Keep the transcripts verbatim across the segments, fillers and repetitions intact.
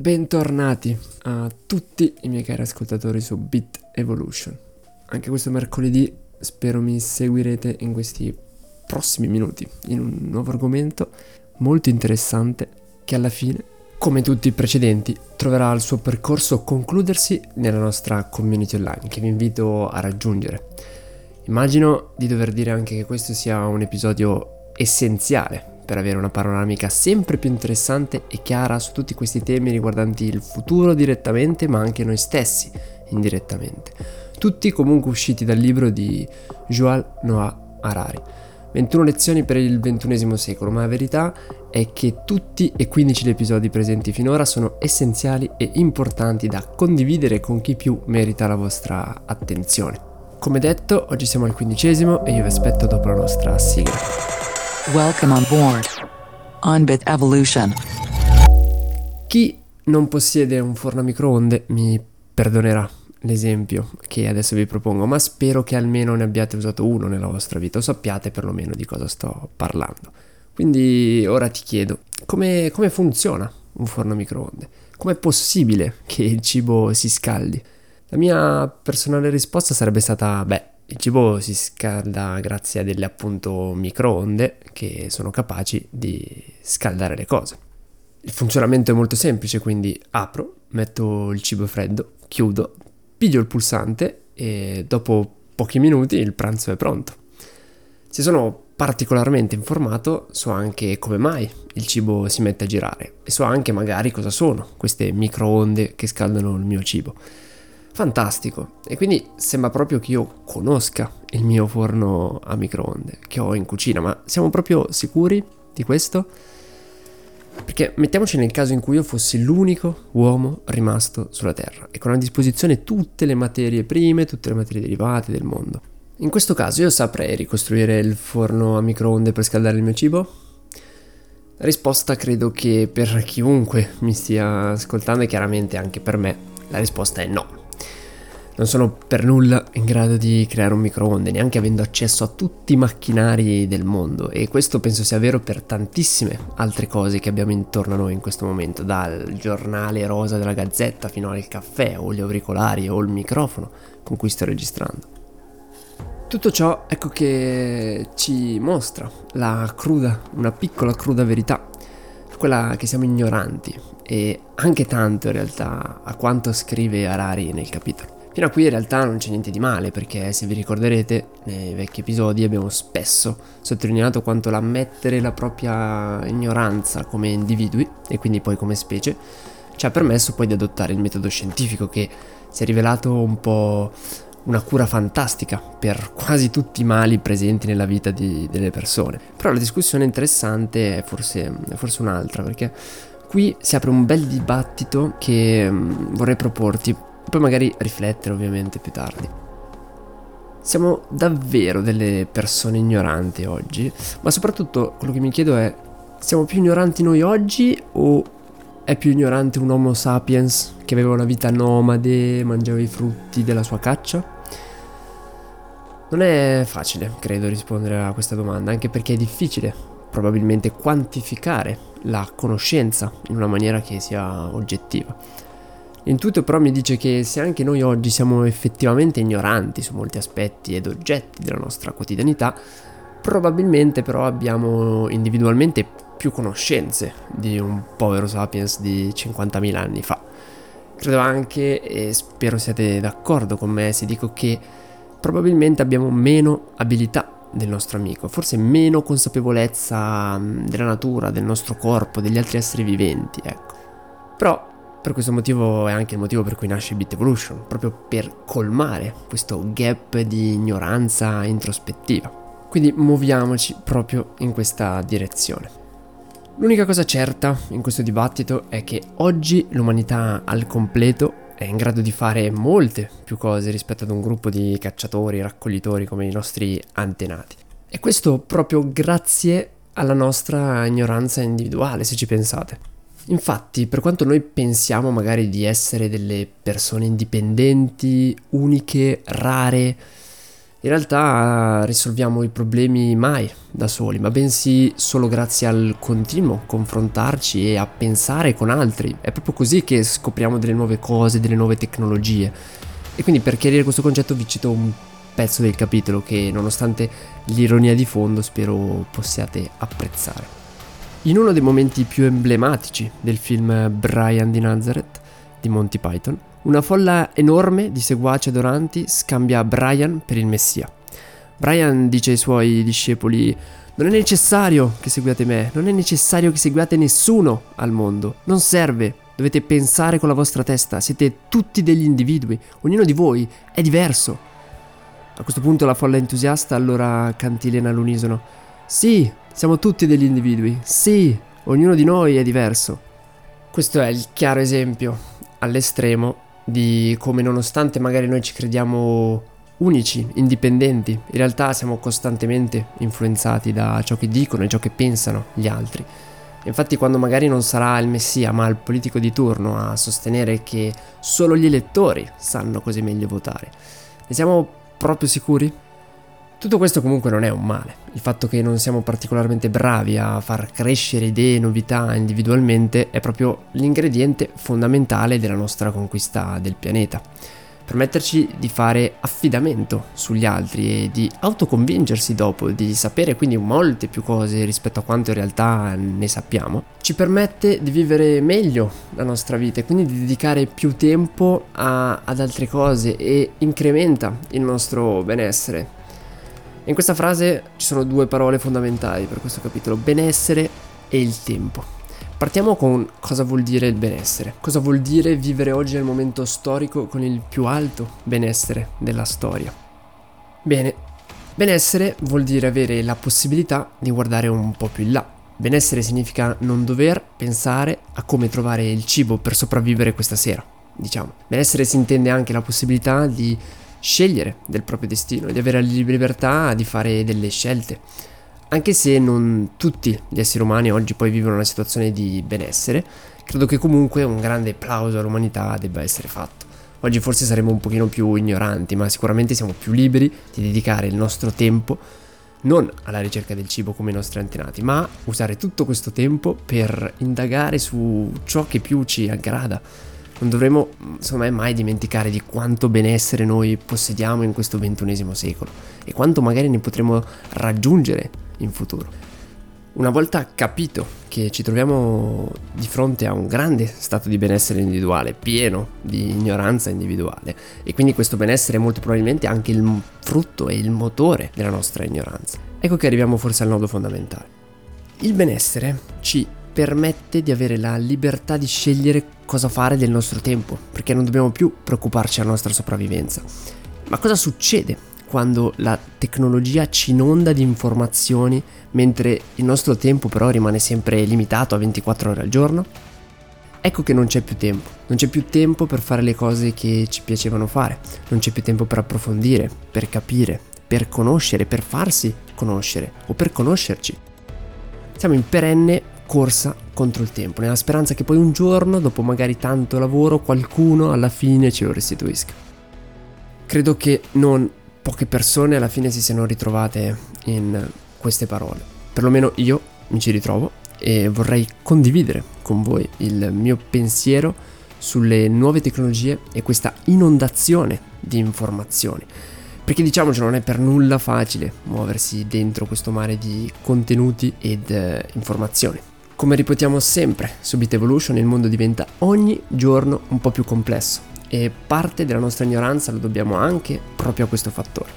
Bentornati a tutti i miei cari ascoltatori su Bit Evolution. Anche questo mercoledì spero mi seguirete in questi prossimi minuti in un nuovo argomento molto interessante che alla fine, come tutti i precedenti, troverà il suo percorso concludersi nella nostra community online che vi invito a raggiungere. Immagino di dover dire anche che questo sia un episodio essenziale per avere una panoramica sempre più interessante e chiara su tutti questi temi riguardanti il futuro direttamente, ma anche noi stessi indirettamente. Tutti comunque usciti dal libro di Yuval Noah Harari. ventuno lezioni per il ventunesimo secolo, ma la verità è che tutti e quindici gli episodi presenti finora sono essenziali e importanti da condividere con chi più merita la vostra attenzione. Come detto, oggi siamo al quindicesimo e io vi aspetto dopo la nostra sigla. Welcome on board on Bit Evolution. Chi non possiede un forno a microonde mi perdonerà l'esempio che adesso vi propongo, ma spero che almeno ne abbiate usato uno nella vostra vita o sappiate perlomeno di cosa sto parlando. Quindi ora ti chiedo, come, come funziona un forno a microonde? Com'è possibile che il cibo si scaldi? La mia personale risposta sarebbe stata, beh, il cibo si scalda grazie a delle appunto microonde che sono capaci di scaldare le cose. Il funzionamento è molto semplice, quindi apro, metto il cibo freddo, chiudo, piglio il pulsante e dopo pochi minuti il pranzo è pronto. Se sono particolarmente informato so anche come mai il cibo si mette a girare e so anche magari cosa sono queste microonde che scaldano il mio cibo. Fantastico, e quindi sembra proprio che io conosca il mio forno a microonde che ho in cucina, ma siamo proprio sicuri di questo? Perché mettiamoci nel caso in cui io fossi l'unico uomo rimasto sulla Terra e con a disposizione tutte le materie prime, tutte le materie derivate del mondo. In questo caso io saprei ricostruire il forno a microonde per scaldare il mio cibo? La risposta credo che per chiunque mi stia ascoltando e chiaramente anche per me la risposta è no. Non sono per nulla in grado di creare un microonde, neanche avendo accesso a tutti i macchinari del mondo, e questo penso sia vero per tantissime altre cose che abbiamo intorno a noi in questo momento, dal giornale rosa della Gazzetta fino al caffè o gli auricolari o il microfono con cui sto registrando. Tutto ciò ecco che ci mostra la cruda, una piccola cruda verità, quella che siamo ignoranti, e anche tanto in realtà a quanto scrive Harari nel capitolo. Fino a qui in realtà non c'è niente di male, perché se vi ricorderete nei vecchi episodi abbiamo spesso sottolineato quanto l'ammettere la propria ignoranza come individui e quindi poi come specie ci ha permesso poi di adottare il metodo scientifico, che si è rivelato un po' una cura fantastica per quasi tutti i mali presenti nella vita di, delle persone. Però la discussione interessante è forse, è forse un'altra, perché qui si apre un bel dibattito che mh, vorrei proporti, poi magari riflettere ovviamente più tardi. Siamo davvero delle persone ignoranti oggi? Ma soprattutto quello che mi chiedo è, siamo più ignoranti noi oggi o è più ignorante un Homo sapiens che aveva una vita nomade, mangiava i frutti della sua caccia? Non è facile, credo, rispondere a questa domanda, anche perché è difficile probabilmente quantificare la conoscenza in una maniera che sia oggettiva. L'intuito però mi dice che se anche noi oggi siamo effettivamente ignoranti su molti aspetti ed oggetti della nostra quotidianità, probabilmente però abbiamo individualmente più conoscenze di un povero sapiens di cinquantamila anni fa. Credo anche, e spero siate d'accordo con me se dico che probabilmente abbiamo meno abilità del nostro amico, forse meno consapevolezza della natura, del nostro corpo, degli altri esseri viventi, ecco. Però per questo motivo è anche il motivo per cui nasce Bit Evolution, proprio per colmare questo gap di ignoranza introspettiva. Quindi muoviamoci proprio in questa direzione. L'unica cosa certa in questo dibattito è che oggi l'umanità al completo è in grado di fare molte più cose rispetto ad un gruppo di cacciatori, raccoglitori come i nostri antenati. E questo proprio grazie alla nostra ignoranza individuale, se ci pensate. Infatti, per quanto noi pensiamo magari di essere delle persone indipendenti, uniche, rare, In realtà risolviamo i problemi mai da soli, ma bensì solo grazie al continuo confrontarci e a pensare con altri. È proprio così che scopriamo delle nuove cose, delle nuove tecnologie. E quindi per chiarire questo concetto vi cito un pezzo del capitolo che, nonostante l'ironia di fondo, spero possiate apprezzare. In uno dei momenti più emblematici del film Brian di Nazareth di Monty Python, una folla enorme di seguaci adoranti scambia Brian per il Messia. Brian dice ai suoi discepoli: non è necessario che seguiate me, non è necessario che seguiate nessuno al mondo, non serve, dovete pensare con la vostra testa, siete tutti degli individui, ognuno di voi è diverso. A questo punto la folla entusiasta allora cantilena all'unisono: sì, siamo tutti degli individui, sì, ognuno di noi è diverso. Questo è il chiaro esempio all'estremo di come, nonostante magari noi ci crediamo unici, indipendenti, in realtà siamo costantemente influenzati da ciò che dicono e ciò che pensano gli altri. Infatti, quando magari non sarà il Messia ma il politico di turno a sostenere che solo gli elettori sanno così meglio votare, ne siamo proprio sicuri? Tutto questo comunque non è un male. Il fatto che non siamo particolarmente bravi a far crescere idee e novità individualmente è proprio l'ingrediente fondamentale della nostra conquista del pianeta. Permetterci di fare affidamento sugli altri e di autoconvincersi dopo, di sapere quindi molte più cose rispetto a quanto in realtà ne sappiamo, ci permette di vivere meglio la nostra vita e quindi di dedicare più tempo a, ad altre cose e incrementa il nostro benessere. In questa frase ci sono due parole fondamentali per questo capitolo: benessere e il tempo. Partiamo con cosa vuol dire il benessere. Cosa vuol dire vivere oggi nel momento storico con il più alto benessere della storia? Bene, benessere vuol dire avere la possibilità di guardare un po' più in là. Benessere significa non dover pensare a come trovare il cibo per sopravvivere questa sera, diciamo. Benessere si intende anche la possibilità di scegliere del proprio destino, di avere la libertà di fare delle scelte. Anche se non tutti gli esseri umani oggi poi vivono una situazione di benessere, credo che comunque un grande plauso all'umanità debba essere fatto. Oggi forse saremo un pochino più ignoranti, ma sicuramente siamo più liberi di dedicare il nostro tempo non alla ricerca del cibo come i nostri antenati, ma usare tutto questo tempo per indagare su ciò che più ci aggrada. Non dovremo, secondo me, mai dimenticare di quanto benessere noi possediamo in questo ventunesimo secolo e quanto magari ne potremo raggiungere in futuro. Una volta capito che ci troviamo di fronte a un grande stato di benessere individuale, pieno di ignoranza individuale, e quindi questo benessere è molto probabilmente anche il frutto e il motore della nostra ignoranza, ecco che arriviamo forse al nodo fondamentale. Il benessere ci permette di avere la libertà di scegliere cosa fare del nostro tempo, perché non dobbiamo più preoccuparci della nostra sopravvivenza. Ma cosa succede quando la tecnologia ci inonda di informazioni mentre il nostro tempo però rimane sempre limitato a ventiquattro ore al giorno? Ecco che non c'è più tempo, non c'è più tempo per fare le cose che ci piacevano fare, non c'è più tempo per approfondire, per capire, per conoscere, per farsi conoscere o per conoscerci. Siamo in perenne corsa contro il tempo, nella speranza che poi un giorno, dopo magari tanto lavoro, qualcuno alla fine ce lo restituisca. Credo che non poche persone alla fine si siano ritrovate in queste parole. Perlomeno io mi ci ritrovo e vorrei condividere con voi il mio pensiero sulle nuove tecnologie e questa inondazione di informazioni. Perché diciamocelo, non è per nulla facile muoversi dentro questo mare di contenuti ed eh, informazioni. Come ripetiamo sempre su Bit Evolution, il mondo diventa ogni giorno un po' più complesso e parte della nostra ignoranza lo dobbiamo anche proprio a questo fattore.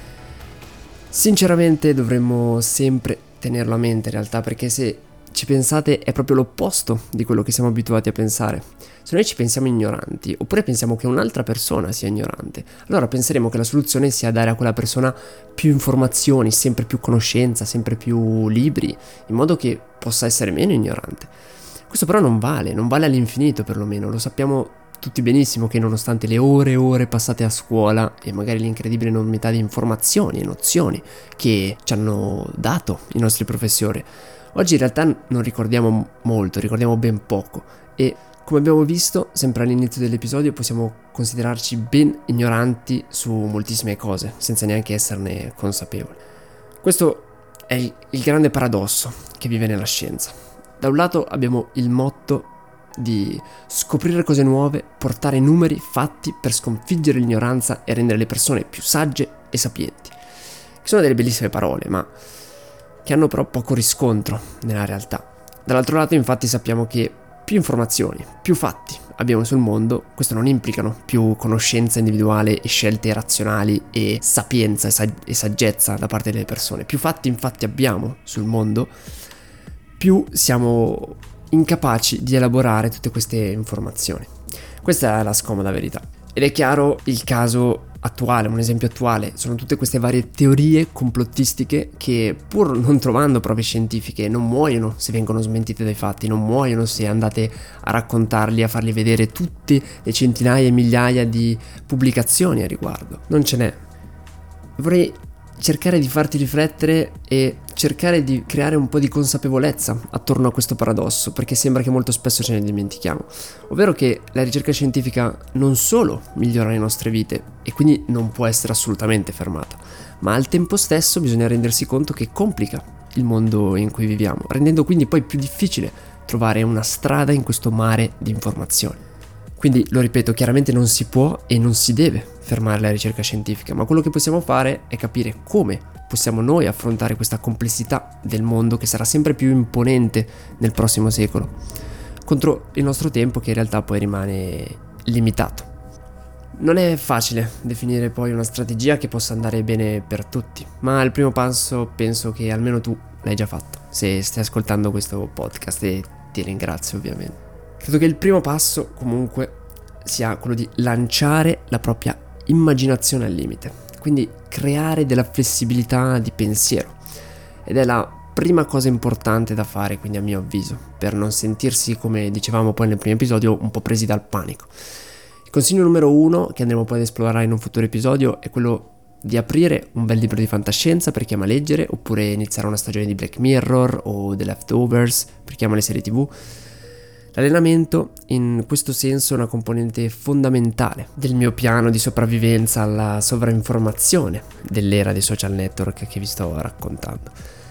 Sinceramente dovremmo sempre tenerlo a mente in realtà, perché se ci pensate è proprio l'opposto di quello che siamo abituati a pensare. Se noi ci pensiamo ignoranti, oppure pensiamo che un'altra persona sia ignorante, allora penseremo che la soluzione sia dare a quella persona più informazioni, sempre più conoscenza, sempre più libri, in modo che possa essere meno ignorante. Questo però non vale, non vale all'infinito perlomeno, lo sappiamo tutti benissimo che nonostante le ore e ore passate a scuola e magari l'incredibile enormità di informazioni e nozioni che ci hanno dato i nostri professori, oggi in realtà non ricordiamo molto, ricordiamo ben poco e Come abbiamo visto, sempre all'inizio dell'episodio possiamo considerarci ben ignoranti su moltissime cose, senza neanche esserne consapevoli. Questo è il, il grande paradosso che vive nella scienza. Da un lato abbiamo il motto di scoprire cose nuove, portare numeri, fatti per sconfiggere l'ignoranza e rendere le persone più sagge e sapienti. Che sono delle bellissime parole, ma che hanno però poco riscontro nella realtà. Dall'altro lato, infatti, sappiamo che più informazioni, più fatti abbiamo sul mondo, questo non implicano più conoscenza individuale e scelte razionali e sapienza e, sag- e saggezza da parte delle persone. Più fatti infatti abbiamo sul mondo, più siamo incapaci di elaborare tutte queste informazioni. Questa è la scomoda verità. Ed è chiaro il caso attuale, un esempio attuale, sono tutte queste varie teorie complottistiche che, pur non trovando prove scientifiche, non muoiono se vengono smentite dai fatti, non muoiono se andate a raccontarli, a farli vedere tutte le centinaia e migliaia di pubblicazioni a riguardo. Non ce n'è. Vorrei cercare di farti riflettere e cercare di creare un po' di consapevolezza attorno a questo paradosso, perché sembra che molto spesso ce ne dimentichiamo, ovvero che la ricerca scientifica non solo migliora le nostre vite e quindi non può essere assolutamente fermata, ma al tempo stesso bisogna rendersi conto che complica il mondo in cui viviamo, rendendo quindi poi più difficile trovare una strada in questo mare di informazioni. Quindi, lo ripeto, chiaramente non si può e non si deve fermare la ricerca scientifica, ma quello che possiamo fare è capire come possiamo noi affrontare questa complessità del mondo che sarà sempre più imponente nel prossimo secolo, contro il nostro tempo che in realtà poi rimane limitato. Non è facile definire poi una strategia che possa andare bene per tutti, ma il primo passo penso che almeno tu l'hai già fatto, se stai ascoltando questo podcast, e ti ringrazio ovviamente. Credo che il primo passo comunque sia quello di lanciare la propria immaginazione al limite, quindi creare della flessibilità di pensiero, ed è la prima cosa importante da fare, quindi a mio avviso, per non sentirsi, come dicevamo poi nel primo episodio, un po' presi dal panico. Il consiglio numero uno, che andremo poi ad esplorare in un futuro episodio, è quello di aprire un bel libro di fantascienza per chi ama leggere, oppure iniziare una stagione di Black Mirror o The Leftovers per chi ama le serie tv. L'allenamento in questo senso è una componente fondamentale del mio piano di sopravvivenza alla sovrainformazione dell'era dei social network che vi sto raccontando.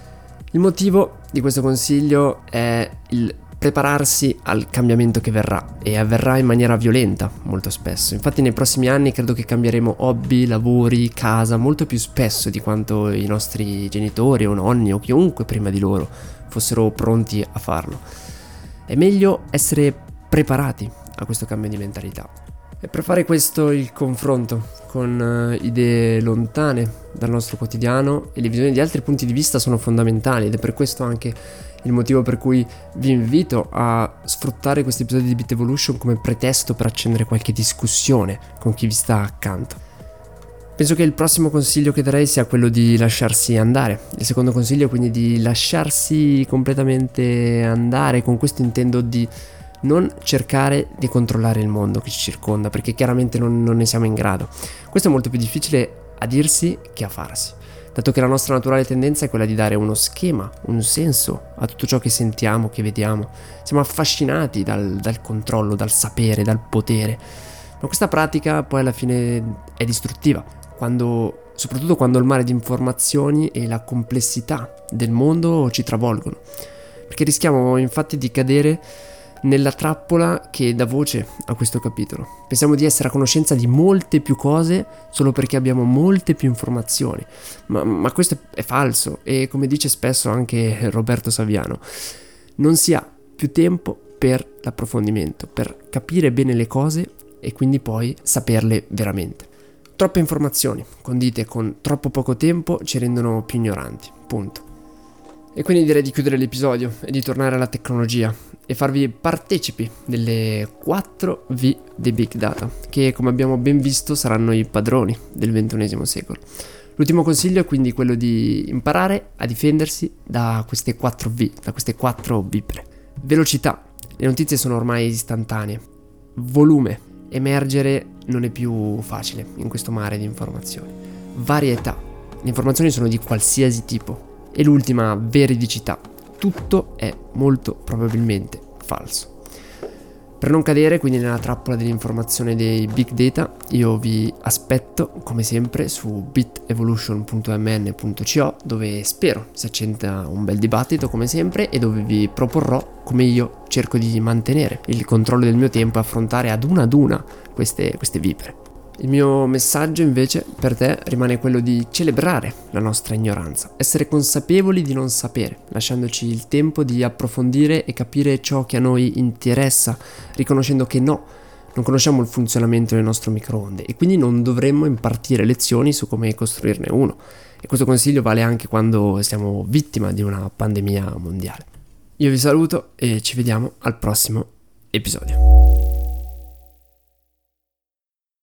Il motivo di questo consiglio è il prepararsi al cambiamento che verrà, e avverrà in maniera violenta molto spesso. Infatti nei prossimi anni credo che cambieremo hobby, lavori, casa molto più spesso di quanto i nostri genitori o nonni o chiunque prima di loro fossero pronti a farlo. È meglio essere preparati a questo cambio di mentalità. E per fare questo il confronto con idee lontane dal nostro quotidiano e le visioni di altri punti di vista sono fondamentali, ed è per questo anche il motivo per cui vi invito a sfruttare questi episodi di Bit Evolution come pretesto per accendere qualche discussione con chi vi sta accanto. Penso che il prossimo consiglio che darei sia quello di lasciarsi andare. Il secondo consiglio è quindi di lasciarsi completamente andare. Con questo intendo di non cercare di controllare il mondo che ci circonda, perché chiaramente non, non ne siamo in grado. Questo è molto più difficile a dirsi che a farsi, dato che la nostra naturale tendenza è quella di dare uno schema, un senso a tutto ciò che sentiamo, che vediamo. Siamo affascinati dal, dal controllo, dal sapere, dal potere. Ma questa pratica poi alla fine è distruttiva, quando, soprattutto quando il mare di informazioni e la complessità del mondo ci travolgono, perché rischiamo infatti di cadere nella trappola che dà voce a questo capitolo. Pensiamo di essere a conoscenza di molte più cose solo perché abbiamo molte più informazioni, ma, ma questo è falso, e come dice spesso anche Roberto Saviano, non si ha più tempo per l'approfondimento, per capire bene le cose e quindi poi saperle veramente. Troppe informazioni condite con troppo poco tempo ci rendono più ignoranti, punto. E quindi direi di chiudere l'episodio e di tornare alla tecnologia e farvi partecipi delle quattro V dei Big Data, che come abbiamo ben visto saranno i padroni del ventunesimo secolo. L'ultimo consiglio è quindi quello di imparare a difendersi da queste quattro V, da queste quattro vipere. Velocità, le notizie sono ormai istantanee. Volume, emergere non è più facile in questo mare di informazioni. Varietà, le informazioni sono di qualsiasi tipo. E l'ultima, veridicità, tutto è molto probabilmente falso. Per non cadere quindi nella trappola dell'informazione dei big data, io vi aspetto come sempre su bit evolution punto m n punto c o, dove spero si accenda un bel dibattito come sempre e dove vi proporrò come io cerco di mantenere il controllo del mio tempo e affrontare ad una ad una queste, queste vipere. Il mio messaggio invece per te rimane quello di celebrare la nostra ignoranza, essere consapevoli di non sapere, lasciandoci il tempo di approfondire e capire ciò che a noi interessa, riconoscendo che no, non conosciamo il funzionamento del nostro microonde e quindi non dovremmo impartire lezioni su come costruirne uno. E questo consiglio vale anche quando siamo vittima di una pandemia mondiale. Io vi saluto e ci vediamo al prossimo episodio.